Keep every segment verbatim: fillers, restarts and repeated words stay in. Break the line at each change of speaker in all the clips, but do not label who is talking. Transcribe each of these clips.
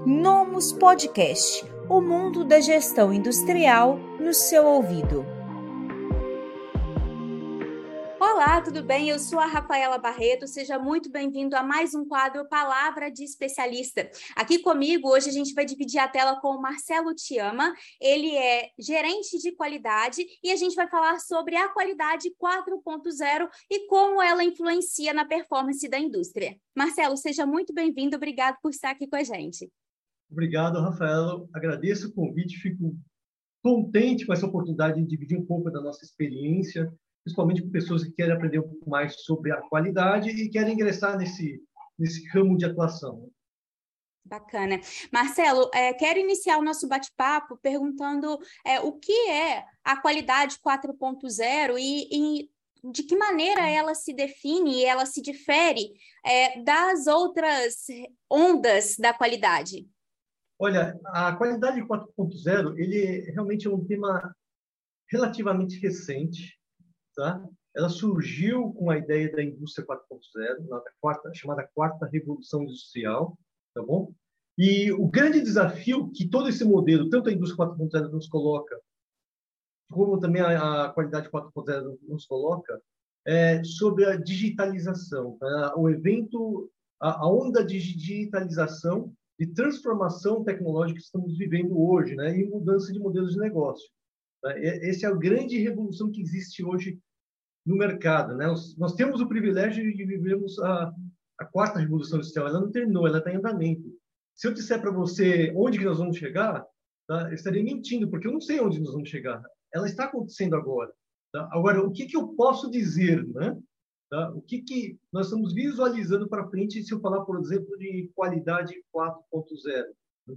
Nomus Podcast, o mundo da gestão industrial no seu ouvido.
Olá, tudo bem? Eu sou a Rafaela Barreto, seja muito bem-vindo a mais um quadro Palavra de Especialista. Aqui comigo, hoje a gente vai dividir a tela com o Marcelo Tiama, ele é gerente de qualidade e a gente vai falar sobre a qualidade quatro ponto zero e como ela influencia na performance da indústria. Marcelo, seja muito bem-vindo, obrigado por estar aqui com a gente.
Obrigado, Rafaela. Agradeço o convite, fico contente com essa oportunidade de dividir um pouco da nossa experiência, principalmente com pessoas que querem aprender um pouco mais sobre a qualidade e querem ingressar nesse, nesse ramo de atuação.
Bacana. Marcelo, é, quero iniciar o nosso bate-papo perguntando é, o que é a qualidade quatro ponto zero e, e de que maneira ela se define e ela se difere é, das outras ondas da qualidade.
Olha, a qualidade quatro ponto zero, ele realmente é um tema relativamente recente, tá? Ela surgiu com a ideia da indústria quatro ponto zero, na quarta, chamada quarta revolução industrial, tá bom? E o grande desafio que todo esse modelo, tanto a indústria quatro ponto zero nos coloca, como também a, a qualidade quatro ponto zero nos coloca, é sobre a digitalização, tá? O evento, a, a onda de digitalização e transformação tecnológica que estamos vivendo hoje, né? E mudança de modelos de negócio. Essa é a grande revolução que existe hoje no mercado, né? Nós, nós temos o privilégio de vivermos a, a quarta revolução industrial. Ela não terminou, ela está em andamento. Se eu disser para você onde que nós vamos chegar, tá? Eu estaria mentindo, porque eu não sei onde nós vamos chegar. Ela está acontecendo agora. Tá? Agora, o que, que eu posso dizer, né? Tá? O que, que nós estamos visualizando para frente se eu falar, por exemplo, de qualidade quatro ponto zero? Né?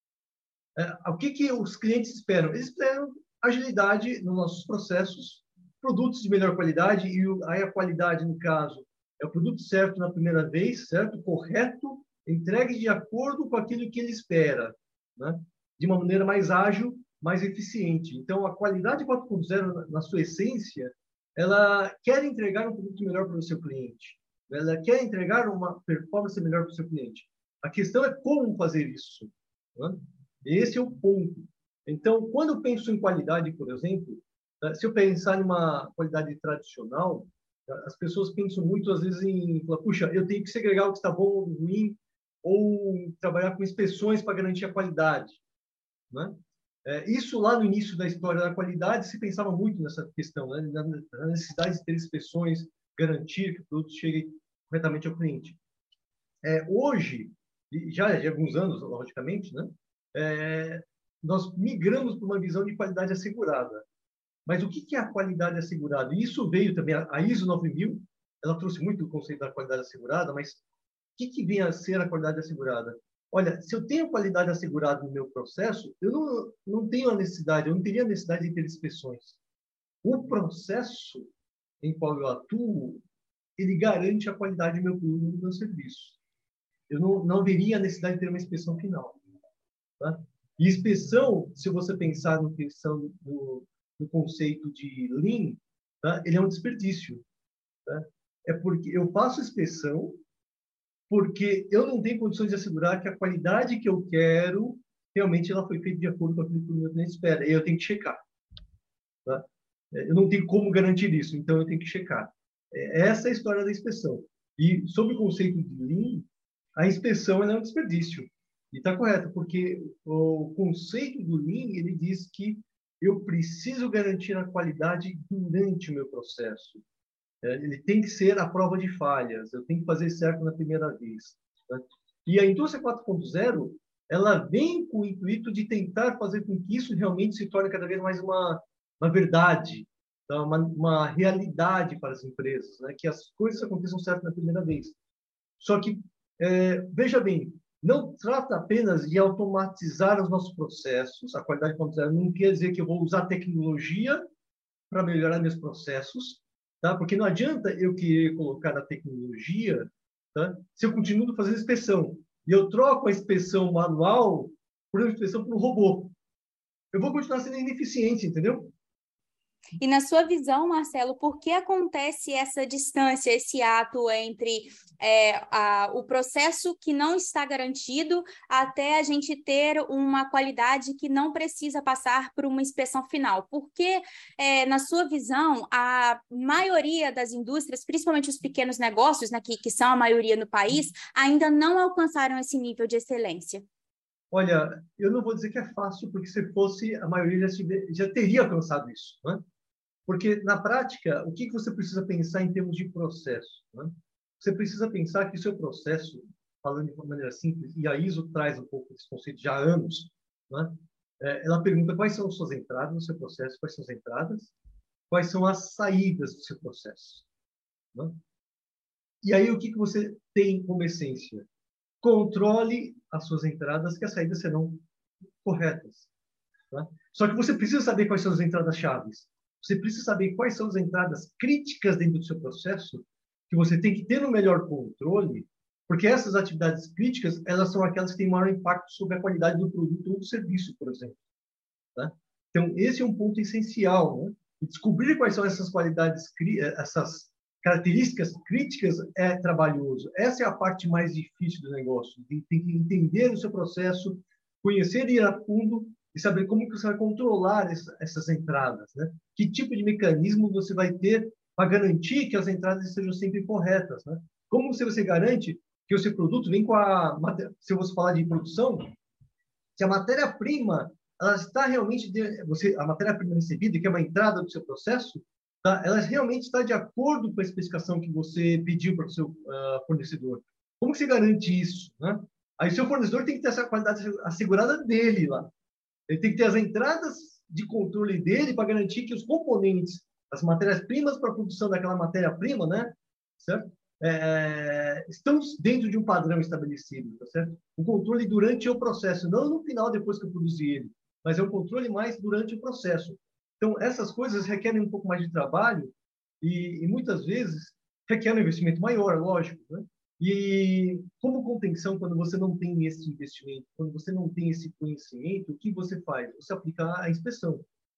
É, o que, que os clientes esperam? Eles esperam agilidade nos nossos processos, produtos de melhor qualidade, e aí a qualidade, no caso, é o produto certo na primeira vez, certo? Correto, entregue de acordo com aquilo que ele espera, né? De uma maneira mais ágil, mais eficiente. Então, a qualidade quatro ponto zero, na sua essência, ela quer entregar um produto melhor para o seu cliente. Ela quer entregar uma performance melhor para o seu cliente. A questão é como fazer isso, né? Esse é o ponto. Então, quando eu penso em qualidade, por exemplo, se eu pensar em uma qualidade tradicional, as pessoas pensam muito, às vezes, em falar, puxa, eu tenho que segregar o que está bom ou ruim, ou trabalhar com inspeções para garantir a qualidade, né? É, isso lá no início da história da qualidade se pensava muito nessa questão, né? Na necessidade de ter inspeções, garantir que o produto chegue corretamente ao cliente. É, hoje, já de alguns anos, logicamente, né? É, nós migramos para uma visão de qualidade assegurada. Mas o que é a qualidade assegurada? E isso veio também, a ISO nove mil, ela trouxe muito o conceito da qualidade assegurada, mas o que, que vem a ser a qualidade assegurada? Olha, se eu tenho qualidade assegurada no meu processo, eu não, não tenho a necessidade, eu não teria a necessidade de ter inspeções. O processo em qual eu atuo, ele garante a qualidade do meu produto e do meu serviço. Eu não, não veria a necessidade de ter uma inspeção final. Tá? E inspeção, se você pensar no questão do, do conceito de Lean, tá? Ele é um desperdício. Tá? É porque eu faço inspeção porque eu não tenho condições de assegurar que a qualidade que eu quero realmente ela foi feita de acordo com aquilo que o meu cliente espera. E eu tenho que checar. Tá? Eu não tenho como garantir isso, então eu tenho que checar. Essa é a história da inspeção. E sobre o conceito de Lean, a inspeção ela é um desperdício. E está correto, porque o conceito do Lean, ele diz que eu preciso garantir a qualidade durante o meu processo. Ele tem que ser a prova de falhas, eu tenho que fazer certo na primeira vez. Né? E a indústria quatro ponto zero, ela vem com o intuito de tentar fazer com que isso realmente se torne cada vez mais uma, uma verdade, tá? uma, uma realidade para as empresas, né? Que as coisas aconteçam certo na primeira vez. Só que, é, veja bem, não trata apenas de automatizar os nossos processos. A qualidade quatro ponto zero não quer dizer que eu vou usar tecnologia para melhorar meus processos, tá? Porque não adianta eu querer colocar a tecnologia, tá? Se eu continuo fazendo inspeção e eu troco a inspeção manual por uma inspeção por um robô. Eu vou continuar sendo ineficiente, entendeu?
E na sua visão, Marcelo, por que acontece essa distância, esse ato entre é, a, o processo que não está garantido até a gente ter uma qualidade que não precisa passar por uma inspeção final? Por que, é, na sua visão, a maioria das indústrias, principalmente os pequenos negócios, né, que, que são a maioria no país, ainda não alcançaram esse nível de excelência?
Olha, eu não vou dizer que é fácil, porque se fosse, a maioria já, tive, já teria alcançado isso, né? Porque, na prática, o que você precisa pensar em termos de processo? Né? Você precisa pensar que o seu processo, falando de uma maneira simples, e a I S O traz um pouco desse conceito já há anos, né? É, ela pergunta quais são as suas entradas no seu processo, quais são as entradas, quais são as saídas do seu processo. Né? E aí, o que você tem como essência? Controle as suas entradas, que as saídas serão corretas. Tá? Só que você precisa saber quais são as entradas chaves. Você precisa saber quais são as entradas críticas dentro do seu processo, que você tem que ter um melhor controle, porque essas atividades críticas, elas são aquelas que têm maior impacto sobre a qualidade do produto ou do serviço, por exemplo. Tá? Então, esse é um ponto essencial. Né? E descobrir quais são essas qualidades, essas características críticas é trabalhoso. Essa é a parte mais difícil do negócio. Tem, tem que entender o seu processo, conhecer e ir a fundo e saber como que você vai controlar essa, essas entradas, né? Que tipo de mecanismo você vai ter para garantir que as entradas estejam sempre corretas, né? Como você, você garante que o seu produto vem com a... Se eu fosse falar de produção, se a matéria-prima ela está realmente... De, você, a matéria-prima recebida, que é uma entrada do seu processo, tá? Ela realmente está de acordo com a especificação que você pediu para o seu uh, fornecedor. Como você garante isso, né? Aí o seu fornecedor tem que ter essa qualidade assegurada dele lá. Ele tem que ter as entradas de controle dele para garantir que os componentes, as matérias-primas para a produção daquela matéria-prima, né, certo? É, estão dentro de um padrão estabelecido, tá certo? O controle durante o processo, não no final, depois que eu produzi ele, mas é um controle mais durante o processo. Então, essas coisas requerem um pouco mais de trabalho e, e muitas vezes requerem um investimento maior, lógico, né? E como contenção, quando você não tem esse investimento, quando você não tem esse conhecimento, o que você faz? Você aplica a inspeção.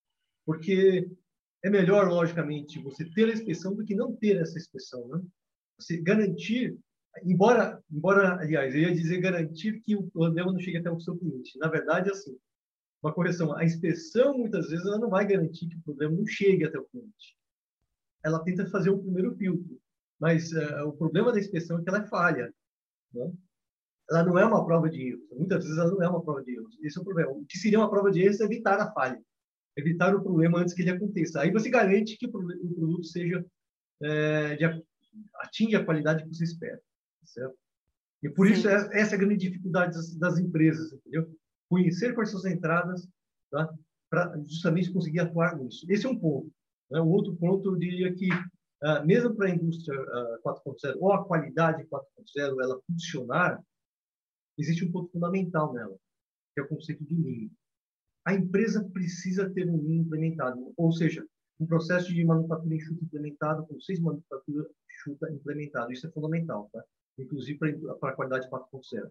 Porque é melhor, logicamente, você ter a inspeção do que não ter essa inspeção, né? Você garantir, embora, embora, aliás, eu ia dizer garantir que o problema não chegue até o seu cliente. Na verdade, assim, uma correção, a inspeção, muitas vezes, ela não vai garantir que o problema não chegue até o cliente. Ela tenta fazer o primeiro filtro. Mas uh, o problema da inspeção é que ela é falha. Né? Ela não é uma prova de erros. Muitas vezes ela não é uma prova de erros. Esse é o problema. O que seria uma prova de erros é evitar a falha. Evitar o problema antes que ele aconteça. Aí você garante que o produto seja é, de, atinge a qualidade que você espera. Certo? E por Sim. isso é, essa é a grande dificuldade das, das empresas. Entendeu? Conhecer quais são as entradas, tá? Para justamente conseguir atuar nisso. Esse é um ponto. Né? O outro ponto, eu diria que Uh, mesmo para a indústria uh, quatro ponto zero ou a qualidade quatro ponto zero ela funcionar, existe um ponto fundamental nela, que é o conceito do Lean. A empresa precisa ter um Lean implementado, ou seja, um processo de manufatura enxuta implementado, com seis manufatura enxuta implementado. Isso é fundamental, tá? Inclusive para a qualidade quatro ponto zero.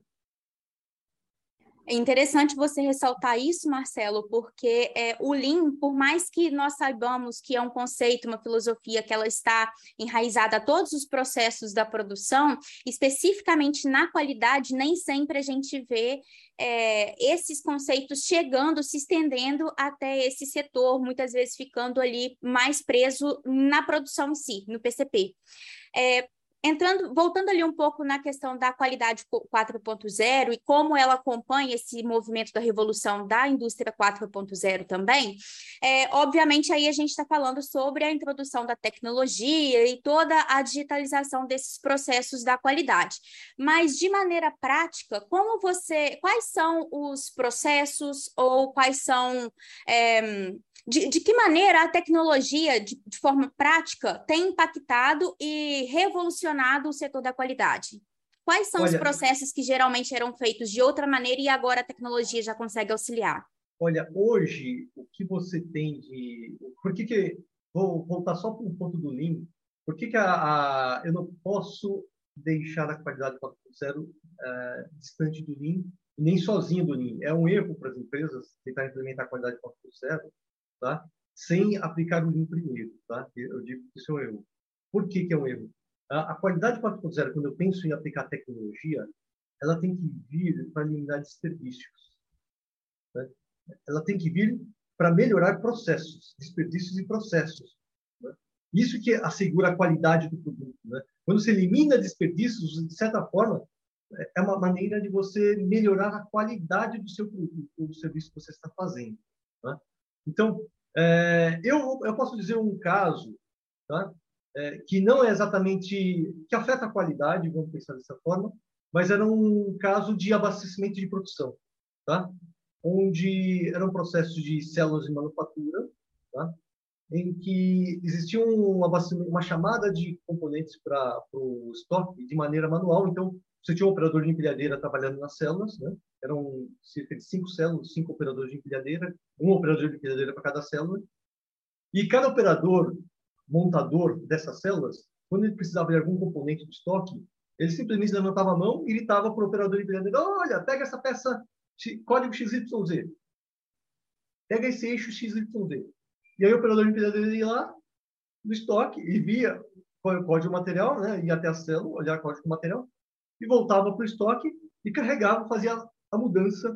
É interessante você ressaltar isso, Marcelo, porque é, o Lean, por mais que nós saibamos que é um conceito, uma filosofia que ela está enraizada a todos os processos da produção, especificamente na qualidade, nem sempre a gente vê é, esses conceitos chegando, se estendendo até esse setor, muitas vezes ficando ali mais preso na produção em si, no P C P. É, Entrando, voltando ali um pouco na questão da qualidade quatro ponto zero e como ela acompanha esse movimento da revolução da indústria quatro ponto zero também, é, obviamente aí a gente está falando sobre a introdução da tecnologia e toda a digitalização desses processos da qualidade. Mas de maneira prática, como você, quais são os processos ou quais são é, De, de que maneira a tecnologia, de, de forma prática, tem impactado e revolucionado o setor da qualidade? Quais são olha, os processos que geralmente eram feitos de outra maneira e agora a tecnologia já consegue auxiliar?
Olha, hoje, o que você tem de... Por que que... Vou voltar só para um ponto do Lean. Por que que a, a... eu não posso deixar a qualidade quatro ponto zero uh, distante do Lean, nem sozinho do Lean? É um erro para as empresas tentar implementar a qualidade quatro ponto zero. Tá? sem aplicar o Lean primeiro, tá? Eu digo que isso é um erro. Por que que é um erro? A, a qualidade quatro ponto zero, quando eu penso em aplicar tecnologia, ela tem que vir para eliminar desperdícios, né? Ela tem que vir para melhorar processos, desperdícios e processos, né? Isso que assegura a qualidade do produto, né? Quando você elimina desperdícios, de certa forma, é uma maneira de você melhorar a qualidade do seu produto, do serviço que você está fazendo, né? Então, é, eu, eu posso dizer um caso, tá? É, que não é exatamente, que afeta a qualidade, vamos pensar dessa forma, mas era um caso de abastecimento de produção, tá? Onde era um processo de células de manufatura, tá? Em que existia um abastecimento, uma chamada de componentes para o estoque de maneira manual. Então, você tinha um operador de empilhadeira trabalhando nas células, né? Eram cerca de cinco células, cinco operadores de empilhadeira, um operador de empilhadeira para cada célula. E cada operador, montador dessas células, quando ele precisava de algum componente de estoque, ele simplesmente levantava a mão e gritava para o operador de empilhadeira: olha, pega essa peça, código X Y Z. Pega esse eixo X Y Z. E aí o operador de empilhadeira ia lá no estoque e via o código material, né? Ia até a célula, olhar o código material, e voltava para o estoque e carregava, fazia a mudança,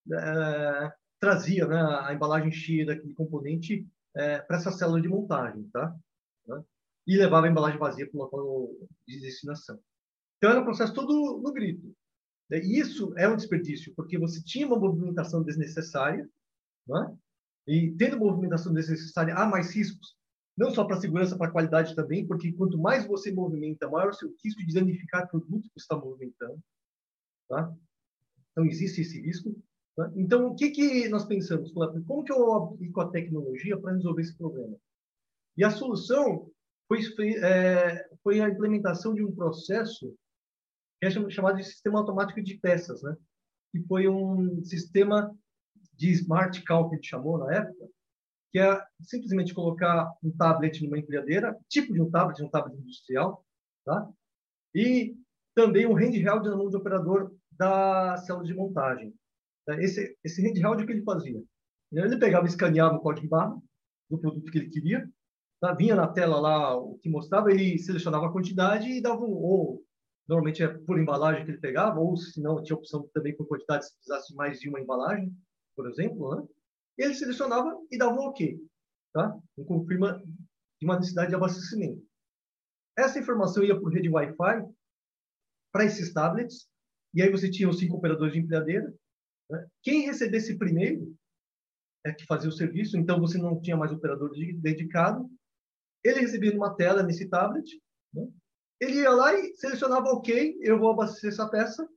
é, trazia, né, a embalagem cheia daquele componente é, para essa célula de montagem, tá? Né? E levava a embalagem vazia para o local de destinação. Então, era um processo todo no grito. E isso é um desperdício, porque você tinha uma movimentação desnecessária, né? E tendo movimentação desnecessária, há mais riscos, não só para a segurança, para a qualidade também, porque quanto mais você movimenta, maior o seu risco de danificar o produto que você está movimentando, tá? Então, existe esse risco. Tá? Então, o que, que nós pensamos? Como que eu aplico a tecnologia para resolver esse problema? E a solução foi, foi, é, foi a implementação de um processo que é chamado de sistema automático de peças, né? Que foi um sistema de Smart Cal, que a gente chamou na época, que é simplesmente colocar um tablet numa empilhadeira, tipo de um tablet, um tablet industrial, tá? E também um handheld na mão do operador da célula de montagem. Esse, esse handheld, o que ele fazia? Ele pegava e escaneava o código barra do produto que ele queria, tá? Vinha na tela lá o que mostrava, ele selecionava a quantidade e dava um, ou normalmente é por embalagem que ele pegava, ou se não, tinha opção também por quantidade, se precisasse de mais de uma embalagem, por exemplo, né? Ele selecionava e dava um OK, tá? Um confirma de uma necessidade de abastecimento. Essa informação ia por rede Wi-Fi para esses tablets, e aí você tinha os cinco operadores de empilhadeira, né? Quem recebesse primeiro é que fazia o serviço, então você não tinha mais operador dedicado. Ele recebia uma tela nesse tablet, né? Ele ia lá e selecionava OK, eu vou abastecer essa peça,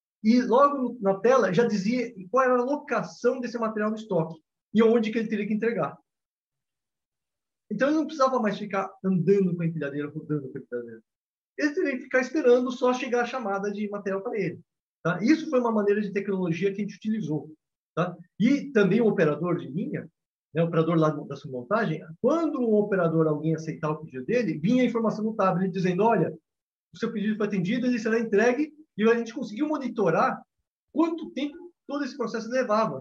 e logo na tela já dizia qual era a locação desse material no estoque e onde que ele teria que entregar. Então, ele não precisava mais ficar andando com a empilhadeira, rodando com a empilhadeira. Ele teria que ficar esperando só chegar a chamada de material para ele. Tá? Isso foi uma maneira de tecnologia que a gente utilizou. Tá? E também o operador de linha, né, o operador lá da sua montagem, quando um operador, alguém aceitar o pedido dele, vinha a informação no tablet dizendo: olha, o seu pedido foi atendido, ele será entregue, e a gente conseguiu monitorar quanto tempo todo esse processo levava.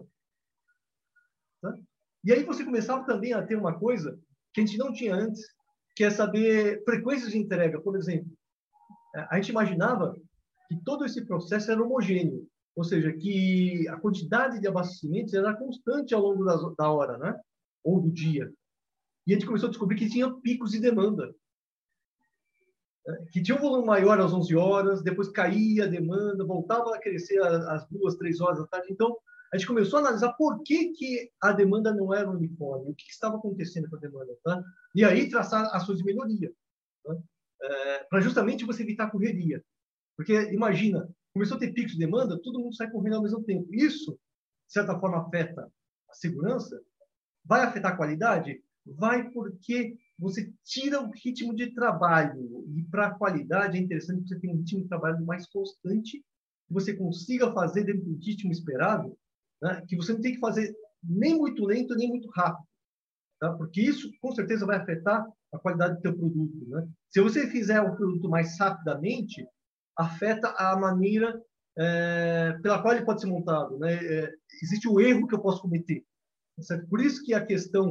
Tá? E aí você começava também a ter uma coisa que a gente não tinha antes, que é saber frequências de entrega. Por exemplo, a gente imaginava que todo esse processo era homogêneo, ou seja, que a quantidade de abastecimentos era constante ao longo das, da hora, né? Ou do dia. E a gente começou a descobrir que tinha picos de demanda, que tinha um volume maior às onze horas, depois caía a demanda, voltava a crescer às duas, três horas da tarde. Então, a gente começou a analisar por que, que a demanda não era uniforme, o que estava acontecendo com a demanda, tá? E aí traçar ações de melhoria, tá? É, para justamente você evitar correria. Porque, imagina, começou a ter picos de demanda, todo mundo sai correndo ao mesmo tempo. Isso, de certa forma, afeta a segurança. Vai afetar a qualidade? Vai, porque você tira o ritmo de trabalho. E para a qualidade é interessante que você tenha um ritmo de trabalho mais constante, que você consiga fazer dentro do ritmo esperado, né? Que você não tem que fazer nem muito lento, nem muito rápido. Tá? Porque isso, com certeza, vai afetar a qualidade do teu produto. Né? Se você fizer o produto mais rapidamente, afeta a maneira é, pela qual ele pode ser montado. Né? É, existe o erro que eu posso cometer. Certo? Por isso que a questão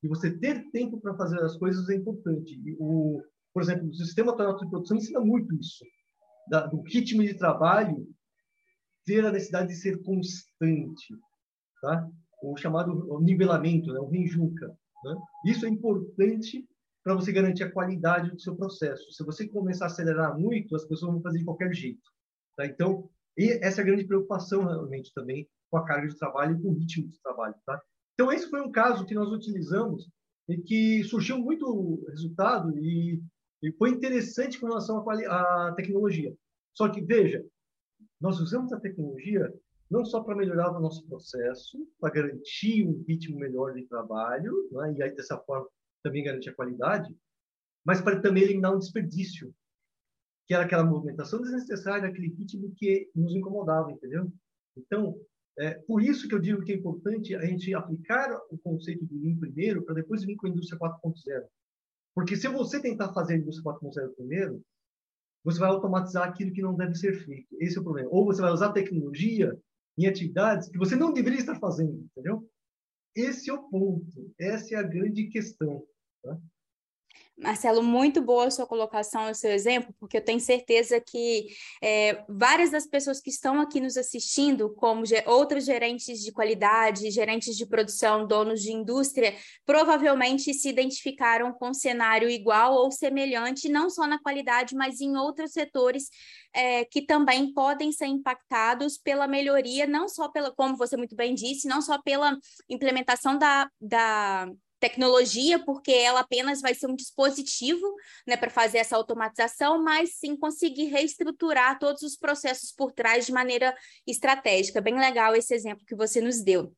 E você ter tempo para fazer as coisas é importante. E o, por exemplo, o sistema Toyota de produção ensina muito isso. Da, do ritmo de trabalho ter a necessidade de ser constante, tá? O chamado nivelamento, né? O Renjuka, né? Isso é importante para você garantir a qualidade do seu processo. Se você começar a acelerar muito, as pessoas vão fazer de qualquer jeito, tá? Então, essa é a grande preocupação, realmente, também com a carga de trabalho e com o ritmo de trabalho, tá? Então, esse foi um caso que nós utilizamos e que surgiu muito resultado e, e foi interessante com relação à, à tecnologia. Só que, veja, nós usamos a tecnologia não só para melhorar o nosso processo, para garantir um ritmo melhor de trabalho, né? E aí, dessa forma, também garantir a qualidade, mas para também eliminar um desperdício, que era aquela movimentação desnecessária, aquele ritmo que nos incomodava, entendeu? Então, é por isso que eu digo que é importante a gente aplicar o conceito do Lean primeiro, para depois vir com a indústria quatro ponto zero. Porque se você tentar fazer a indústria quatro ponto zero primeiro, você vai automatizar aquilo que não deve ser feito. Esse é o problema. Ou você vai usar tecnologia em atividades que você não deveria estar fazendo, entendeu? Esse é o ponto. Essa é a grande questão, tá?
Marcelo, muito boa a sua colocação, o seu exemplo, porque eu tenho certeza que é, várias das pessoas que estão aqui nos assistindo, como ge- outros gerentes de qualidade, gerentes de produção, donos de indústria, provavelmente se identificaram com um cenário igual ou semelhante, não só na qualidade, mas em outros setores é, que também podem ser impactados pela melhoria, não só pela, como você muito bem disse, não só pela implementação da, da tecnologia, porque ela apenas vai ser um dispositivo, né, para fazer essa automatização, mas sim conseguir reestruturar todos os processos por trás de maneira estratégica. Bem legal esse exemplo que você nos deu.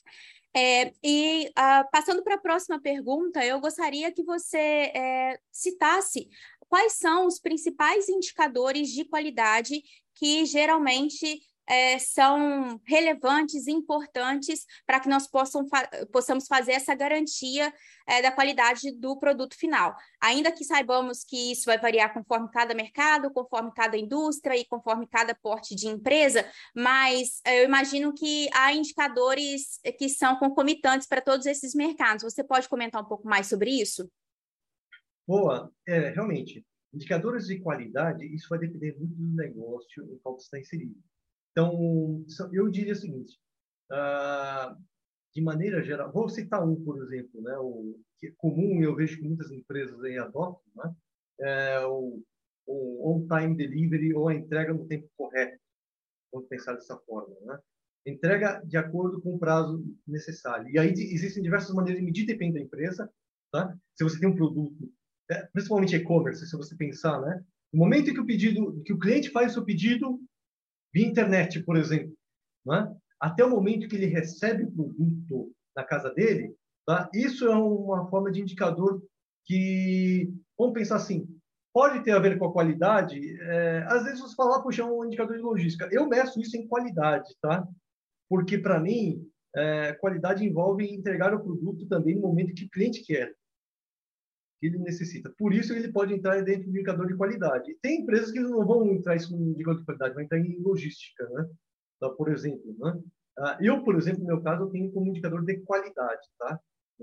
É, e uh, passando para a próxima pergunta, eu gostaria que você é, citasse quais são os principais indicadores de qualidade que geralmente é, são relevantes e importantes para que nós possam fa possamos fazer essa garantia é, da qualidade do produto final. Ainda que saibamos que isso vai variar conforme cada mercado, conforme cada indústria e conforme cada porte de empresa, mas eu imagino que há indicadores que são concomitantes para todos esses mercados. Você pode comentar um pouco mais sobre isso?
Boa, é, realmente, indicadores de qualidade, isso vai depender muito do negócio em qual você está inserido. Então, eu diria o seguinte, uh, de maneira geral, vou citar um, por exemplo, né, o que é comum, eu vejo que muitas empresas aí adotam, né, é o, o on-time delivery ou a entrega no tempo correto, vamos pensar dessa forma, né? Entrega de acordo com o prazo necessário. E aí existem diversas maneiras de medir, depende da empresa, tá? Se você tem um produto, é, principalmente e-commerce, se você pensar, né, no momento em que o pedido, que o cliente faz o seu pedido via internet, por exemplo, né? Até o momento que ele recebe o produto na casa dele, tá? Isso é uma forma de indicador que, vamos pensar assim, pode ter a ver com a qualidade. É, às vezes você fala, puxa, é um indicador de logística. Eu meço isso em qualidade, tá? Porque, para mim, é, qualidade envolve entregar o produto também no momento que o cliente quer, que ele necessita. Por isso, ele pode entrar dentro do indicador de qualidade. Tem empresas que não vão entrar isso no indicador de qualidade, vai entrar em logística, né? Então, por exemplo, né? Eu, por exemplo, no meu caso, eu tenho como indicador de qualidade, tá?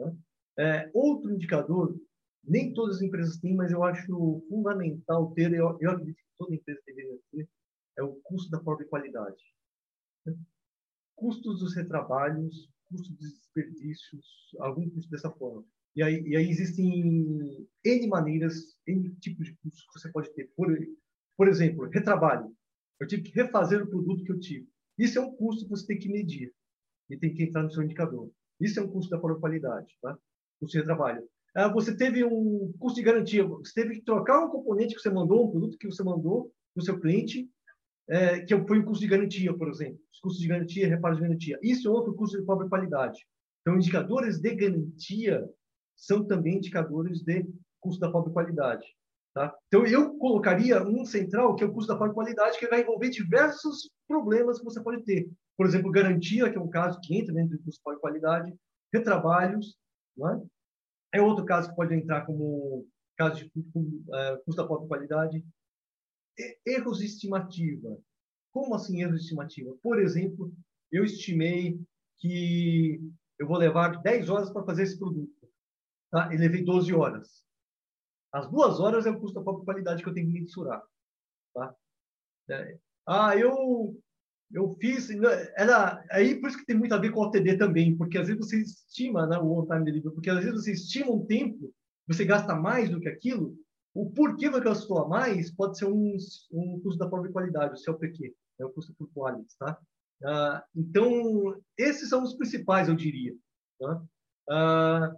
É, outro indicador, nem todas as empresas têm, mas eu acho fundamental ter, eu, eu acredito que toda empresa deveria ter, é o custo da própria qualidade. Né? Custos dos retrabalhos, custos dos desperdícios, algum custo dessa forma. E aí, e aí existem N maneiras, N tipos de custos que você pode ter. Por, por exemplo, retrabalho. Eu tive que refazer o produto que eu tive. Isso é um custo que você tem que medir e tem que entrar no seu indicador. Isso é um custo da própria qualidade, tá? Custo de retrabalho. Ah, você teve um custo de garantia. Você teve que trocar um componente que você mandou, um produto que você mandou para o seu cliente, é, que foi um custo de garantia, por exemplo. Os custos de garantia, reparo de garantia. Isso é outro custo de própria qualidade. Então, indicadores de garantia são também indicadores de custo da própria qualidade. Tá? Então, eu colocaria um central, que é o custo da própria qualidade, que vai envolver diversos problemas que você pode ter. Por exemplo, garantia, que é um caso que entra dentro do custo da própria qualidade, retrabalhos, não é? É outro caso que pode entrar como caso de uh, custo da própria qualidade. E, erros de estimativa. Como assim erros de estimativa? Por exemplo, eu estimei que eu vou levar dez horas para fazer esse produto. tá? E levei doze horas. As duas horas é o custo da própria qualidade que eu tenho que mensurar. Tá? É. Ah, eu, eu fiz... Era, aí por isso que tem muito a ver com o O T D também, porque às vezes você estima, né, o on-time delivery, porque às vezes você estima um tempo, você gasta mais do que aquilo, o porquê você gastou a mais pode ser um, um custo da própria qualidade, o C P Q, é o custo por quality, tá? Ah, então, esses são os principais, eu diria. Tá? Ah,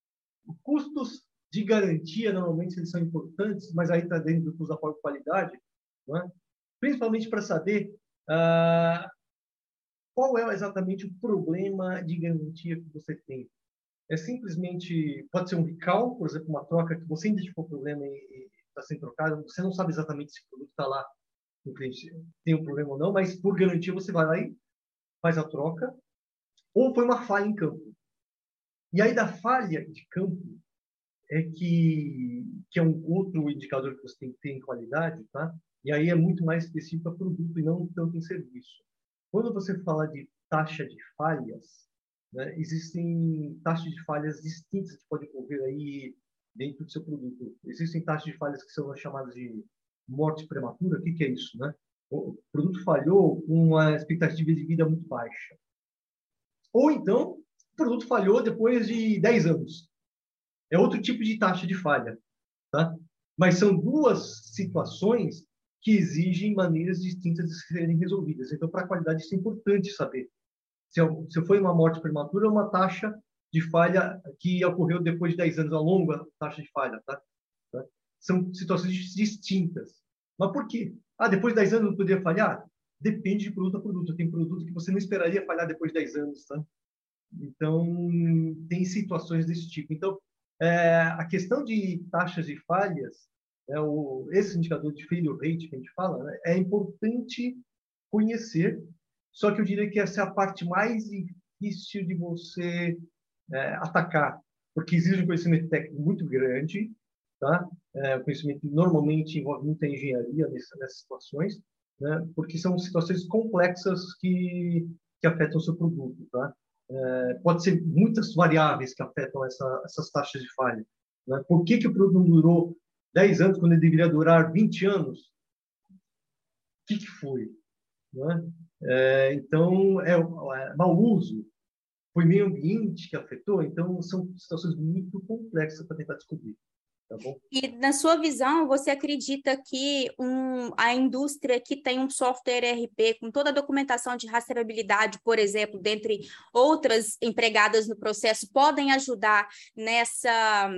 custos de garantia, normalmente, eles são importantes, mas aí está dentro do custo da própria qualidade, né? Principalmente para saber ah, qual é exatamente o problema de garantia que você tem. É simplesmente, pode ser um recall, por exemplo, uma troca que você identificou o problema e está sendo trocado, você não sabe exatamente se o produto está lá, o cliente tem um problema ou não, mas por garantia você vai lá e faz a troca, ou foi uma falha em campo. E aí da falha de campo é que, que é um outro indicador que você tem que ter em qualidade, tá? E aí é muito mais específico a produto e não tanto em serviço. Quando você fala de taxa de falhas, né, existem taxas de falhas distintas que podem ocorrer aí dentro do seu produto. Existem taxas de falhas que são chamadas de morte prematura. O que, que é isso, né? O produto falhou com uma expectativa de vida muito baixa. Ou então, o produto falhou depois de dez anos. É outro tipo de taxa de falha, tá? Mas são duas situações que exigem maneiras distintas de serem resolvidas. Então, para a qualidade, isso é importante saber. Se, se foi uma morte prematura, é uma taxa de falha que ocorreu depois de dez anos, uma longa taxa de falha, tá? tá? São situações distintas. Mas por quê? Ah, depois de dez anos não poderia falhar? Depende de produto a produto. Tem produto que você não esperaria falhar depois de dez anos, tá? Então, tem situações desse tipo. Então, é, a questão de taxas de falhas, é o, esse indicador de failure rate que a gente fala, né, é importante conhecer, só que eu diria que essa é a parte mais difícil de você é, atacar, porque exige um conhecimento técnico muito grande, tá? É, o conhecimento normalmente envolve muita engenharia nessa, nessas situações, né? Porque são situações complexas que, que afetam o seu produto, tá? É, pode ser muitas variáveis que afetam essa, essas taxas de falha. Né? Por que, que o produto durou dez anos quando ele deveria durar vinte anos? O que, que foi? Né? É, então, é, é mau uso, foi meio ambiente que afetou, então são situações muito complexas para tentar descobrir. Tá bom?
E na sua visão, você acredita que um, a indústria que tem um software E R P com toda a documentação de rastreabilidade, por exemplo, dentre outras empregadas no processo, podem ajudar nessa,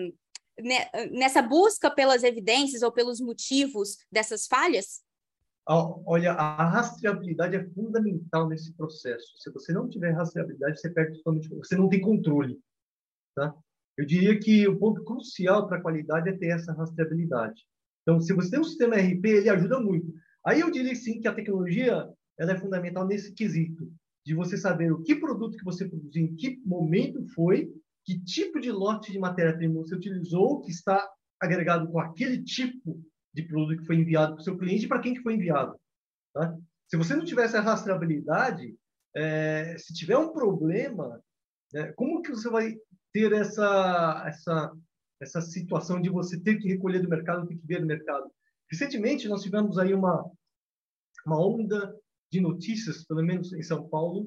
nessa busca pelas evidências ou pelos motivos dessas falhas?
Olha, a rastreabilidade é fundamental nesse processo. Se você não tiver rastreabilidade, você perde totalmente, você não tem controle, tá? Eu diria que o ponto crucial para a qualidade é ter essa rastreabilidade. Então, se você tem um sistema E R P, ele ajuda muito. Aí eu diria sim que a tecnologia ela é fundamental nesse quesito, de você saber o que produto que você produziu, em que momento foi, que tipo de lote de matéria-prima você utilizou, que está agregado com aquele tipo de produto que foi enviado para o seu cliente e para quem que foi enviado. Tá? Se você não tiver essa rastreabilidade, é, se tiver um problema, né, como que você vai ter essa, essa, essa situação de você ter que recolher do mercado, ter que ver no mercado? Recentemente, nós tivemos aí uma, uma onda de notícias, pelo menos em São Paulo,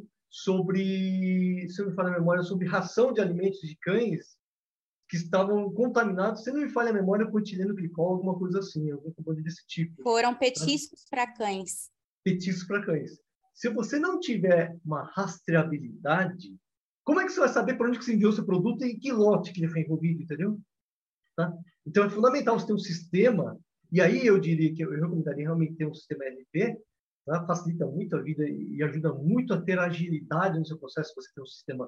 sobre, se eu me falha a memória, sobre ração de alimentos de cães que estavam contaminados, se não me falha a memória, com etileno glicol, alguma coisa assim, alguma coisa desse tipo.
Foram petiscos para cães.
Petiscos para cães. Se você não tiver uma rastreabilidade, como é que você vai saber para onde que você enviou o seu produto e que lote que ele foi envolvido, entendeu? Tá? Então, é fundamental você ter um sistema, e aí eu diria que eu recomendaria realmente ter um sistema E R P, tá? Facilita muito a vida e ajuda muito a ter agilidade no seu processo, você ter um sistema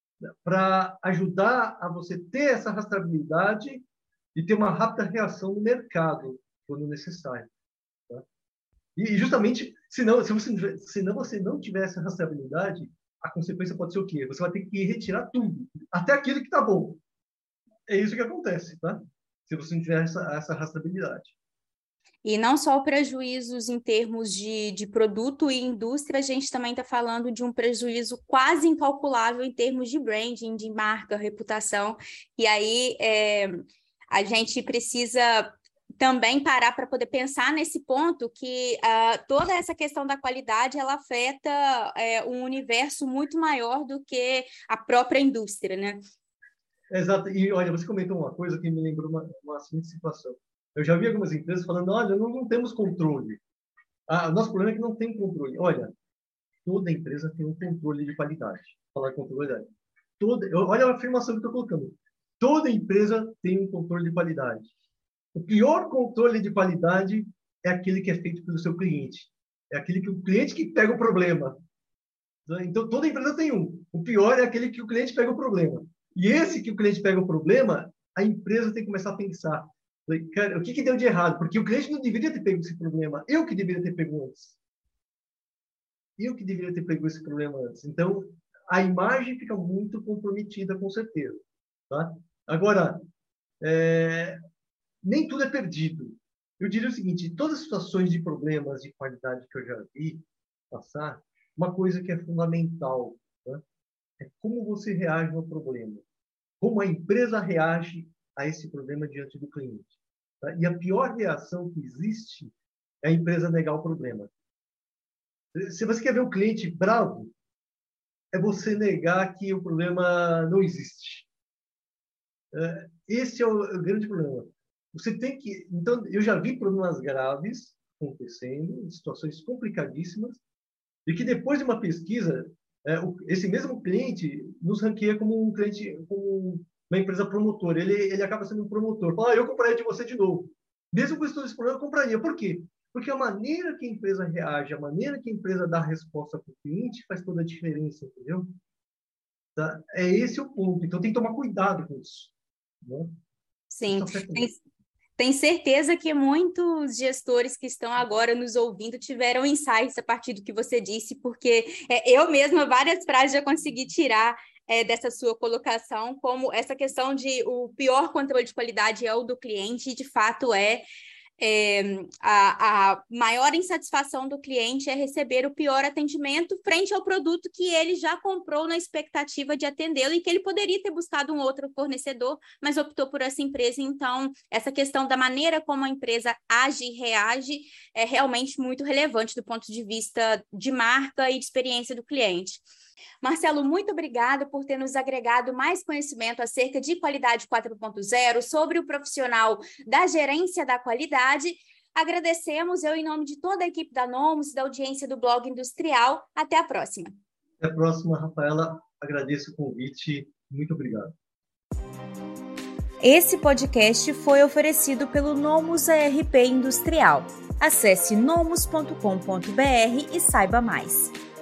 para ajudar a você ter essa rastreabilidade e ter uma rápida reação no mercado, quando necessário. Tá? E justamente, senão, se você, senão você não tiver essa rastreabilidade, a consequência pode ser o quê? Você vai ter que retirar tudo, até aquilo que está bom. É isso que acontece, tá? Se você não tiver essa, essa rastreabilidade.
E não só prejuízos em termos de, de produto e indústria, a gente também está falando de um prejuízo quase incalculável em termos de branding, de marca, reputação. E aí é, a gente precisa também parar para poder pensar nesse ponto que uh, toda essa questão da qualidade ela afeta é, um universo muito maior do que a própria indústria, né?
Exato. E olha, você comentou uma coisa que me lembrou uma, uma seguinte situação. Eu já vi algumas empresas falando, olha, não, não temos controle. Ah, o nosso problema é que não tem controle. Olha, toda empresa tem um controle de qualidade. Falar controle, olha, toda, olha a afirmação que eu estou colocando. Toda empresa tem um controle de qualidade. O pior controle de qualidade é aquele que é feito pelo seu cliente. É aquele que o cliente que pega o problema. Então, toda empresa tem um. O pior é aquele que o cliente pega o problema. E esse que o cliente pega o problema, a empresa tem que começar a pensar. Cara, o que, que deu de errado? Porque o cliente não deveria ter pego esse problema. Eu que deveria ter pego antes. Eu que deveria ter pego esse problema antes. Então, a imagem fica muito comprometida, com certeza. Tá? Agora, é... nem tudo é perdido. Eu diria o seguinte, todas as situações de problemas de qualidade que eu já vi passar, uma coisa que é fundamental, né, é como você reage ao problema. Como a empresa reage a esse problema diante do cliente. Tá? E a pior reação que existe é a empresa negar o problema. Se você quer ver o cliente bravo, é você negar que o problema não existe. Esse é o grande problema. Você tem que... Então, eu já vi problemas graves acontecendo, situações complicadíssimas, e que depois de uma pesquisa, é, o, esse mesmo cliente nos ranqueia como um cliente, como uma empresa promotora. Ele, ele acaba sendo um promotor. Fala, ah, eu compraria de você de novo. Mesmo com todo esse problema, eu compraria. Por quê? Porque a maneira que a empresa reage, a maneira que a empresa dá a resposta para o cliente faz toda a diferença, entendeu? Tá? É esse o ponto. Então, tem que tomar cuidado com isso. Né?
Sim, tem, tem certeza que muitos gestores que estão agora nos ouvindo tiveram insights a partir do que você disse, porque é, eu mesma, várias frases já consegui tirar é, dessa sua colocação, como essa questão de o pior controle de qualidade é o do cliente, e de fato é. É, a, a maior insatisfação do cliente é receber o pior atendimento frente ao produto que ele já comprou na expectativa de atendê-lo e que ele poderia ter buscado um outro fornecedor, mas optou por essa empresa. Então, essa questão da maneira como a empresa age e reage é realmente muito relevante do ponto de vista de marca e de experiência do cliente. Marcelo, muito obrigada por ter nos agregado mais conhecimento acerca de qualidade quatro ponto zero, sobre o profissional da gerência da qualidade. Agradecemos, eu em nome de toda a equipe da Nomus e da audiência do Blog Industrial. Até a próxima.
Até a próxima, Rafaela. Agradeço o convite. Muito obrigado.
Esse podcast foi oferecido pelo Nomus A R P Industrial. Acesse nomus ponto com ponto br e saiba mais.